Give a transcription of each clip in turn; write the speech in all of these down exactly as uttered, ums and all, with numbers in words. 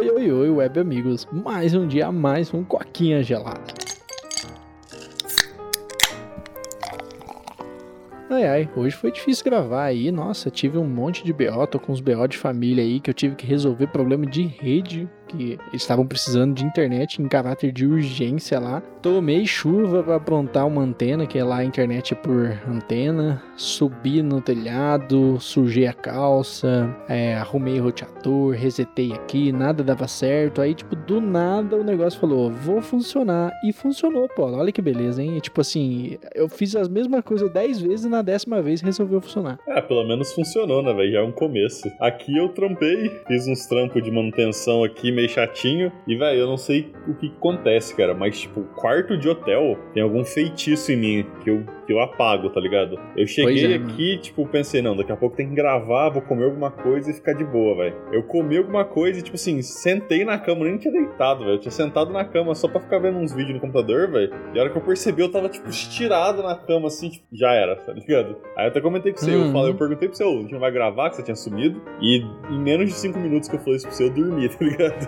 Oi, oi, oi, web amigos. Mais um dia a mais um coquinha gelado. Ai, ai, hoje foi difícil gravar aí, nossa, tive um monte de B O, tô com uns B O de família aí que eu tive que resolver problema de rede, que eles estavam precisando de internet em caráter de urgência lá. Tomei chuva pra aprontar uma antena, que é lá a internet é por antena, subi no telhado, sujei a calça, é, arrumei o roteador, resetei aqui, nada dava certo, aí tipo, do nada o negócio falou, vou funcionar, e funcionou, pô, olha que beleza, hein, e, tipo assim, eu fiz as mesmas coisas dez vezes e na décima vez resolveu funcionar. É, pelo menos funcionou, né, velho, já é um começo. Aqui eu trampei, fiz uns trampos de manutenção aqui, meio chatinho, e, velho, eu não sei o que acontece, cara, mas, tipo, quarto de hotel tem algum feitiço em mim que eu, que eu apago, tá ligado? Eu cheguei é, aqui, mano. Tipo, pensei, não, daqui a pouco tem que gravar, vou comer alguma coisa e ficar de boa, velho. Eu comi alguma coisa e, tipo assim, sentei na cama, nem tinha deitado, velho, eu tinha sentado na cama só pra ficar vendo uns vídeos no computador, velho, e a hora que eu percebi, eu tava, tipo, estirado na cama, assim, tipo, já era, tá ligado? Aí eu até comentei com você, uhum. eu, falei, eu perguntei pro você, a gente não vai gravar, que você tinha sumido, e em menos de cinco minutos que eu falei isso pro você, eu dormi, tá ligado?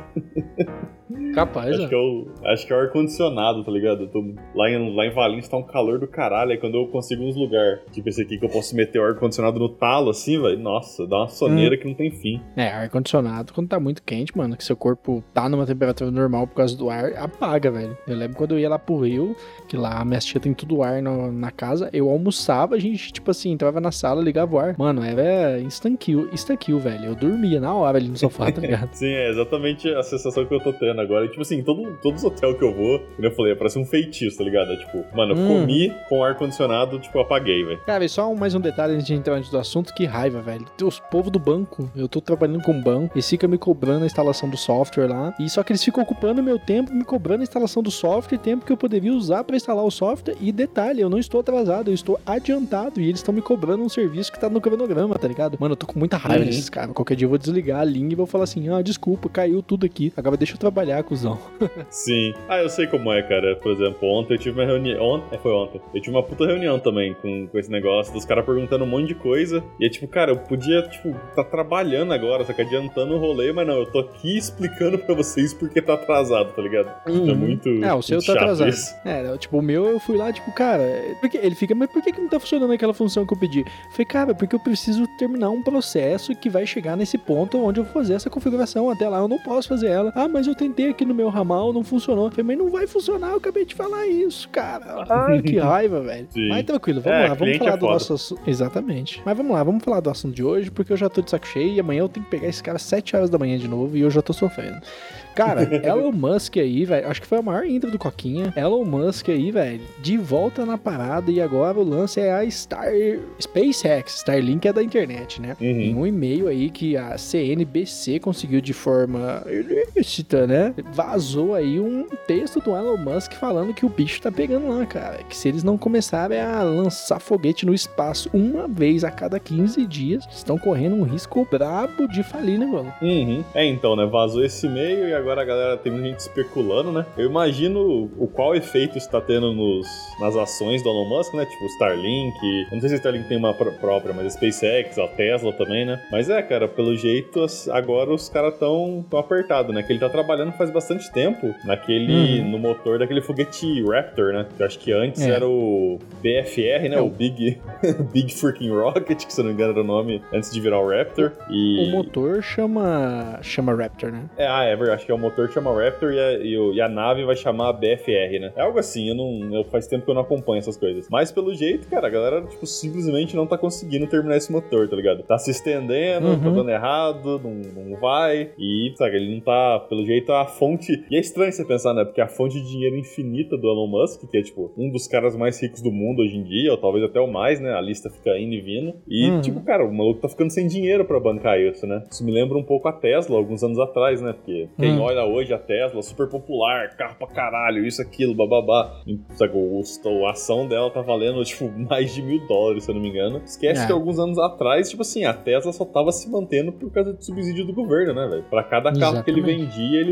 Capaz, acho, é. que é o, acho que é o ar-condicionado, tá ligado? Eu tô, lá, em, lá em Valinhos tá um calor do caralho. Aí quando eu consigo uns lugares, tipo esse aqui que eu posso meter o ar-condicionado no talo, assim, velho, nossa, dá uma soneira hum. que não tem fim. É, ar-condicionado, quando tá muito quente, mano, que seu corpo tá numa temperatura normal por causa do ar, apaga, velho. Eu lembro quando eu ia lá pro Rio, que lá a minha tia tem tudo ar no, na casa, eu almoçava, a gente, tipo assim, entrava na sala, ligava o ar. Mano, era instant kill, instant kill, velho. Eu dormia na hora ali no sofá, tá ligado? Sim, é exatamente a sensação que eu tô tendo agora. E, tipo assim, todo, todos os hotéis que eu vou, como eu falei, parece um feitiço, tá ligado? É, tipo, mano, eu hum. comi com ar-condicionado, tipo, apaguei, velho. Cara, e só mais um detalhe antes de entrar dentro do assunto, que raiva, velho. Os povos do banco, eu tô trabalhando com banco, eles ficam me cobrando a instalação do software lá, e só que eles ficam ocupando meu tempo, me cobrando a instalação do software, tempo que eu poderia usar pra instalar o software, e detalhe, eu não estou atrasado, eu estou adiantado, e eles estão me cobrando um serviço que tá no cronograma, tá ligado? Mano, eu tô com muita raiva uhum. desses caras. Qualquer dia eu vou desligar a linha e vou falar assim, ah, desculpa, caiu tudo aqui, agora deixa eu trabalhar, cuzão. Sim. Ah, eu sei como é, cara. Por exemplo, ontem eu tive uma reunião... Ontem? É, foi ontem. Eu tive uma puta reunião também com, com esse negócio, dos caras perguntando um monte de coisa, e é tipo, cara, eu podia, tipo, tá trabalhando agora, só que adiantando o rolê, mas não, eu tô aqui explicando pra vocês porque tá atrasado, tá ligado? Uhum. É muito É, o seu tá atrasado. Isso. É, tipo, o meu eu fui lá, tipo, cara, porque ele fica, mas por que que não tá funcionando aquela função que eu pedi? Eu falei, cara, porque eu preciso terminar um processo que vai chegar nesse ponto onde eu vou fazer essa configuração, até lá eu não posso fazer ela. Ah, mas eu tentei aqui no meu ramal, não funcionou. Eu falei, mas não vai funcionar, eu acabei de falar isso, cara. Ai, que raiva, velho. Mas tranquilo, vamos é, lá, vamos falar é do nosso assunto. Exatamente. Mas vamos lá, vamos falar do assunto de hoje, porque eu já tô de saco cheio e amanhã eu tenho que pegar esse cara às sete horas da manhã de novo e eu já tô sofrendo. Cara, Elon Musk aí, velho, acho que foi a maior intro do Coquinha. Elon Musk aí, velho, de volta na parada, e agora o lance é a Star... SpaceX, Starlink é da internet, né? Uhum. Em um e-mail aí que a C N B C conseguiu de forma ilícita, né? Vazou aí um texto do Elon Musk falando que o bicho tá pegando lá, cara. Que se eles não começarem a lançar foguete no espaço uma vez a cada quinze dias, estão correndo um risco brabo de falir, né, mano? Uhum. É, então, né? Vazou esse e-mail e agora Agora a galera tem muita gente especulando, né? Eu imagino o qual efeito está tendo nos, nas ações do Elon Musk, né? Tipo, Starlink. Eu não sei se a Starlink tem uma pr- própria, mas a SpaceX, a Tesla também, né? Mas é, cara, pelo jeito, agora os caras tão, tão apertados, né? Que ele tá trabalhando faz bastante tempo naquele, uhum. no motor daquele foguete Raptor, né? Que eu acho que antes é. era o B F R, né? É. O Big, Big Freaking Rocket, que se eu não me engano era o nome, antes de virar o Raptor. O, e... o motor chama, chama Raptor, né? É, ah, é verdade. Acho que é o motor chama Raptor e a, e, o, e a nave vai chamar B F R, né? É algo assim, eu não, eu, faz tempo que eu não acompanho essas coisas. Mas pelo jeito, cara, a galera, tipo, simplesmente não tá conseguindo terminar esse motor, tá ligado? Tá se estendendo, uhum. tá dando errado, não, não vai. E, sabe, ele não tá, pelo jeito, a fonte... E é estranho você pensar, né? Porque a fonte de dinheiro infinita do Elon Musk, que é, tipo, um dos caras mais ricos do mundo hoje em dia, ou talvez até o mais, né? A lista fica indo e vindo. E, uhum. tipo, cara, o maluco tá ficando sem dinheiro pra bancar isso, né? Isso me lembra um pouco a Tesla, alguns anos atrás, né? Porque quem uhum. olha hoje a Tesla, super popular, carro pra caralho, isso, aquilo, bababá. Sabe, o, a ação dela tá valendo, tipo, mais de mil dólares, se eu não me engano. Esquece é. que alguns anos atrás, tipo assim, a Tesla só tava se mantendo por causa do subsídio do governo, né, velho? Pra cada carro Exatamente. que ele vendia, ele não conseguia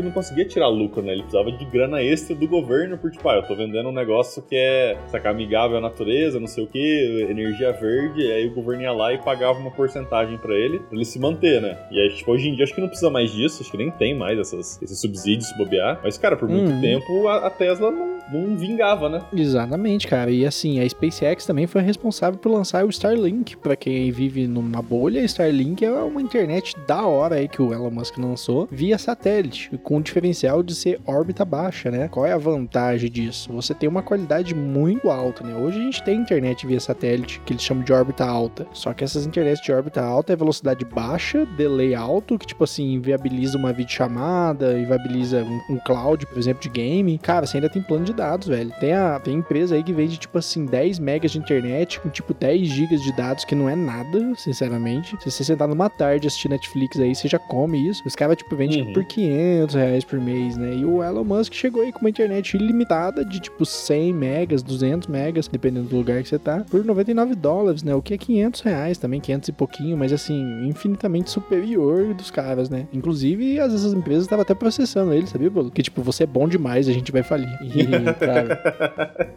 tirar lucro, né? Ele precisava de grana extra do governo, porque, tipo, ah, eu tô vendendo um negócio que é, saca, amigável à natureza, não sei o que, energia verde, aí o governo ia lá e pagava uma porcentagem pra ele, pra ele se manter, né? E aí, tipo, hoje em dia acho que não precisa mais disso, acho que nem tem mais essas, esses subsídios se bobear. Mas, cara, por muito Uhum. tempo a, a Tesla não, não vingava, né? Exatamente, cara. E assim, a SpaceX também foi responsável por lançar o Starlink. Pra quem vive numa bolha, Starlink é uma internet da hora aí que o Elon Musk lançou via satélite, com o diferencial de ser órbita baixa, né? Qual é a vantagem disso? Você tem uma qualidade muito alta, né? Hoje a gente tem internet via satélite, que eles chamam de órbita alta. Só que essas internets de órbita alta é velocidade baixa, delay alto, que tipo assim, inviabiliza uma videochamada, inviabiliza um, um cloud, por exemplo, de game. Cara, você ainda tem plano de dados, velho. Tem, a, tem empresa aí que vende, tipo assim, dez megas de internet com, tipo, dez gigas de dados, que não é nada, sinceramente. Se você sentar numa tarde e assistir Netflix aí, você já come isso. Os caras, tipo, vendem Uhum. por quinhentos reais por mês, né? E o Elon Musk chegou aí com uma internet ilimitada de, tipo, cem megas, duzentos megas, dependendo do lugar que você tá, por noventa e nove dólares, né? O que é quinhentos reais também, quinhentos e pouquinho, mas, assim, infinitamente superior dos caras, né? Inclusive, às vezes as empresas estavam até processando ele, sabia, Bolo? Que, tipo, você é bom demais, a gente vai falir. E, cara...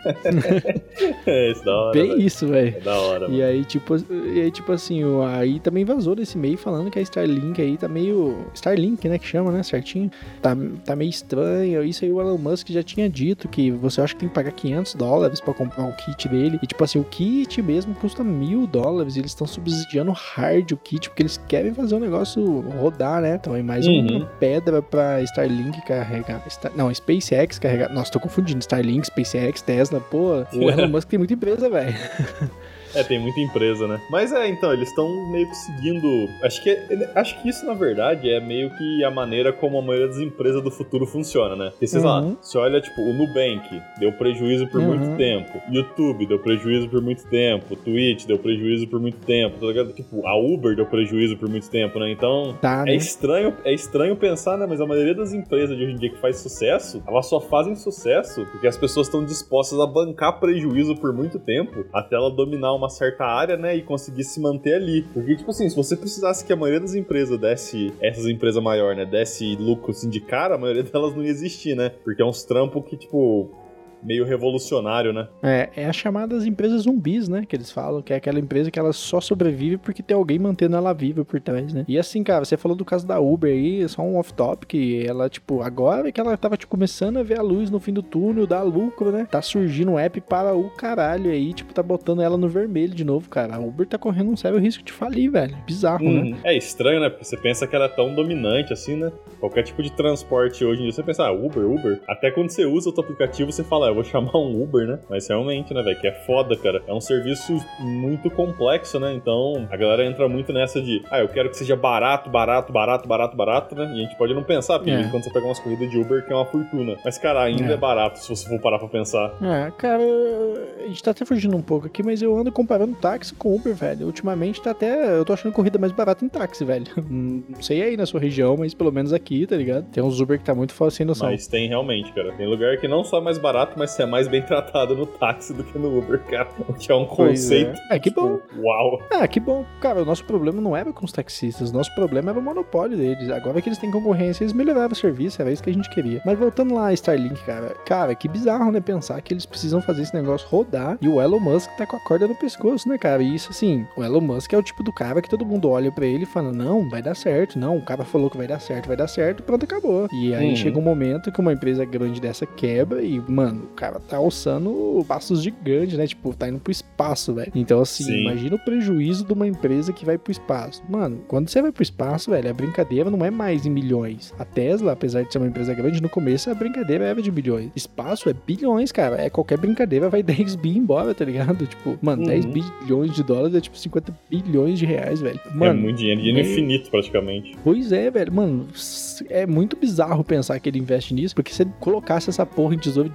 É isso, da hora. Bem velho. isso, velho. É da hora, mano. E aí, tipo, e aí, tipo assim, o- aí também vazou desse e-mail falando que a Starlink aí tá meio... Starlink, né, que chama, né, certinho. Tá, tá meio estranho. Isso aí o Elon Musk já tinha dito, que você acha que tem que pagar quinhentos dólares pra comprar o kit dele. E, tipo assim, o kit mesmo custa mil dólares. E eles estão subsidiando hard o kit, porque eles querem fazer o negócio rodar, né? Então é mais Uhum. uma pedra pra Starlink carregar. Star, não, SpaceX carregar. Nossa, tô confundindo. Starlink, SpaceX, Tesla, pô. O Elon Musk tem muita empresa, velho. É, tem muita empresa, né? Mas é, então, eles estão meio que seguindo... Acho que, é- acho que isso, na verdade, é meio que a maneira como a maioria das empresas do futuro funciona, né? Porque, sei lá, Uhum. você olha, tipo, o Nubank deu prejuízo por Uhum. muito tempo, YouTube deu prejuízo por muito tempo, Twitch deu prejuízo por muito tempo, tá ligado? Tipo, a Uber deu prejuízo por muito tempo, né? Então, Tá, é né? estranho, é estranho pensar, né? Mas a maioria das empresas de hoje em dia que faz sucesso, elas só fazem sucesso porque as pessoas estão dispostas a bancar prejuízo por muito tempo até ela dominar uma certa área, né? E conseguir se manter ali. Porque, tipo assim, se você precisasse que a maioria das empresas desse, essas empresas maiores, né? Desse lucro assim de cara, a maioria delas não ia existir, né? Porque é uns trampos que, tipo... meio revolucionário, né? É, é a chamada das empresas zumbis, né? Que eles falam, que é aquela empresa que ela só sobrevive porque tem alguém mantendo ela viva por trás, né? E assim, cara, você falou do caso da Uber aí, só um off-topic, ela, tipo, agora que ela tava, tipo, começando a ver a luz no fim do túnel, dá lucro, né? Tá surgindo um app para o caralho aí, tipo, tá botando ela no vermelho de novo, cara. A Uber tá correndo um sério risco de falir, velho. Bizarro, né? Uhum. É estranho, né? Porque você pensa que ela é tão dominante assim, né? Qualquer tipo de transporte hoje em dia, você pensa, ah, Uber, Uber. Até quando você usa o teu aplicativo, você fala, ah, eu vou chamar um Uber, né? Mas realmente, né, velho, que é foda, cara. É um serviço muito complexo, né? Então, a galera entra muito nessa de, ah, eu quero que seja barato, barato, barato, barato, barato, né? E a gente pode não pensar, porque É. quando você pega umas corridas de Uber, que é uma fortuna. Mas, cara, ainda é, É. barato, se você for parar pra pensar. É, cara, a gente tá até fugindo um pouco aqui, mas eu ando comparando táxi com Uber, velho. Ultimamente tá até. Eu tô achando corrida mais barata em táxi, velho. Não sei aí na sua região, mas pelo menos aqui, tá ligado? Tem uns Uber que tá muito fácil sem noção. Mas tem realmente, cara. Tem lugar que não só é mais barato, mas é mais bem tratado no táxi do que no Uber, cara. O que é um Pois conceito. é. É, que tipo, bom. Uau. Ah, que bom. Cara, o nosso problema não era com os taxistas, o nosso problema era o monopólio deles. Agora que eles têm concorrência, eles melhoraram o serviço, era isso que a gente queria. Mas voltando lá a Starlink, cara. Cara, que bizarro, né? Pensar que eles precisam fazer esse negócio rodar e o Elon Musk tá com a corda no pescoço, né, cara? E isso, assim, o Elon Musk é o tipo do cara que todo mundo olha pra ele e fala, não, vai dar certo. Não, o cara falou que vai dar certo, vai dar certo, pronto, acabou. E aí Uhum. chega um momento que uma empresa grande dessa quebra e, mano, o cara tá alçando passos gigantes, né? Tipo, tá indo pro espaço, velho. Então, assim, Sim. imagina o prejuízo de uma empresa que vai pro espaço. Mano, quando você vai pro espaço, velho, a brincadeira não é mais em milhões. A Tesla, apesar de ser uma empresa grande, no começo a brincadeira era de bilhões. Espaço é bilhões, cara. É qualquer brincadeira, vai dez bi embora, tá ligado? Tipo, mano, Uhum. dez bilhões de dólares é tipo cinquenta bilhões de reais, velho. Mano, é muito dinheiro, dinheiro meio- infinito praticamente. Pois é, velho. Mano, é muito bizarro pensar que ele investe nisso, porque se ele colocasse essa porra em tesouro direto,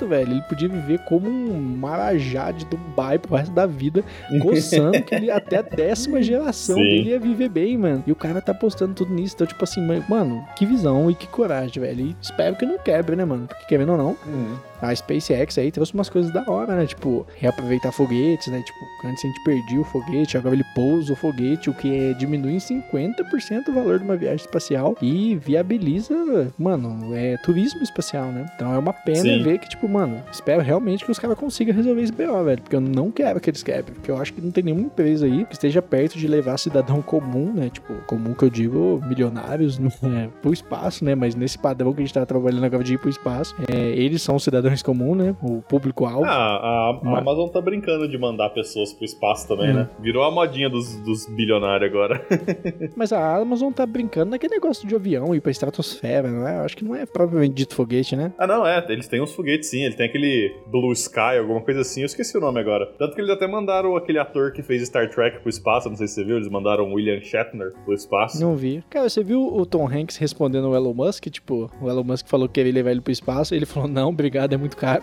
velho. Ele podia viver como um marajá de Dubai pro resto da vida, coçando que ele até a décima geração Sim. dele ia viver bem, mano. E o cara tá postando tudo nisso. Então, tipo assim, mano, que visão e que coragem, velho. E espero que não quebre, né, mano? Porque querendo ou não, uhum. a SpaceX aí trouxe umas coisas da hora, né? Tipo, reaproveitar foguetes, né? Tipo, antes a gente perdia o foguete, agora ele pousa o foguete, o que é, diminui em cinquenta por cento o valor de uma viagem espacial e viabiliza, mano, é turismo espacial, né? Então é uma pena Sim. ver que, tipo, mano, espero realmente que os caras consigam resolver esse B O, velho, porque eu não quero que eles quebrem, porque eu acho que não tem nenhuma empresa aí que esteja perto de levar cidadão comum, né? Tipo, comum que eu digo, milionários, né? Pro espaço, né? Mas nesse padrão que a gente tá trabalhando agora de ir pro espaço, é, eles são cidadãos comuns, né? O público-alvo. Ah, a, a Mas... Amazon tá brincando de mandar pessoas pro espaço também, hum. né? Virou a modinha dos, dos bilionários agora. Mas a Amazon tá brincando naquele negócio de avião ir pra estratosfera, não é? Eu acho que não é propriamente dito foguete, né? Ah, não, é. Eles têm uns foguetes, sim. Ele tem aquele Blue Sky, alguma coisa assim. Eu esqueci o nome agora. Tanto que eles até mandaram aquele ator que fez Star Trek pro espaço. Não sei se você viu. Eles mandaram o William Shatner pro espaço. Não vi. Cara, você viu o Tom Hanks respondendo o Elon Musk? Tipo, o Elon Musk falou que queria levar ele pro espaço. Ele falou, não, obrigado, é muito caro.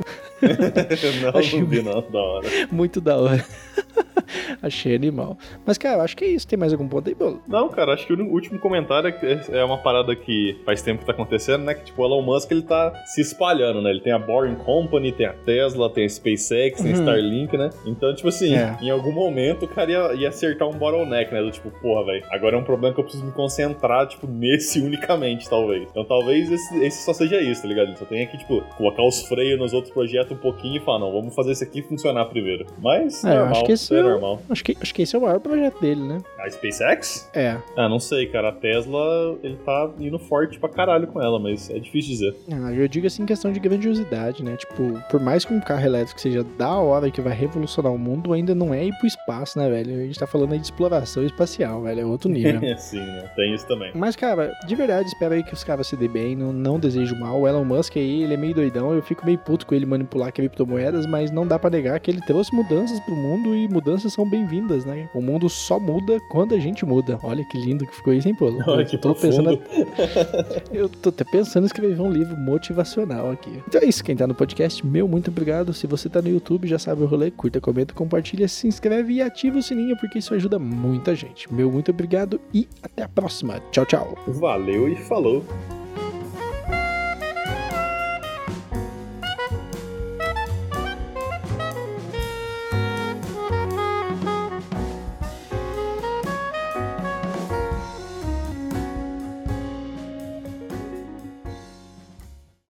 não, Achei não vi, não. Da hora. Muito da hora. Achei animal. Mas, cara, eu acho que é isso. Tem mais algum ponto aí, Bolo? Não, cara, acho que o último comentário é uma parada que faz tempo que tá acontecendo, né? Que, tipo, o Elon Musk, ele tá se espalhando, né? Ele tem a Boring Company, tem a Tesla, tem a SpaceX, tem a uhum. Starlink, né? Então, tipo assim, é. em algum momento o cara ia, ia acertar um bottleneck, né? Do tipo, porra, velho, agora é um problema que eu preciso me concentrar, tipo, nesse unicamente, talvez. Então, talvez esse, esse só seja isso, tá ligado? Ele só tenha que, tipo, colocar os freios nos outros projetos um pouquinho e falar, não, vamos fazer esse aqui funcionar primeiro. Mas, é, normal, acho que esse é, é normal. Acho que, acho que esse é o maior projeto dele, né? A SpaceX? É. Ah, não sei, cara. A Tesla, ele tá indo forte pra caralho com ela, mas é difícil dizer. Ah, eu digo assim, questão de grandiosidade, né? Tipo, por mais que um carro elétrico seja da hora e que vai revolucionar o mundo, ainda não é ir pro espaço, né, velho? A gente tá falando aí de exploração espacial, velho. É outro nível. Sim, né? Tem isso também. Mas, cara, de verdade, espero aí que os caras se dê bem. Não, não desejo mal. O Elon Musk aí, ele é meio doidão. Eu fico meio puto com ele manipular criptomoedas, mas não dá pra negar que ele trouxe mudanças pro mundo e mudanças são bem-vindas, né? O mundo só muda quando a gente muda. Olha que lindo que ficou isso, hein, Polo? Olha que tô profundo. pensando Eu tô até pensando em escrever um livro motivacional aqui. Então é isso, quem tá no podcast, meu muito obrigado. Se você tá no YouTube, já sabe o rolê, curta, comenta, compartilha, se inscreve e ativa o sininho, porque isso ajuda muita gente. Meu muito obrigado e até a próxima. Tchau, tchau. Valeu e falou.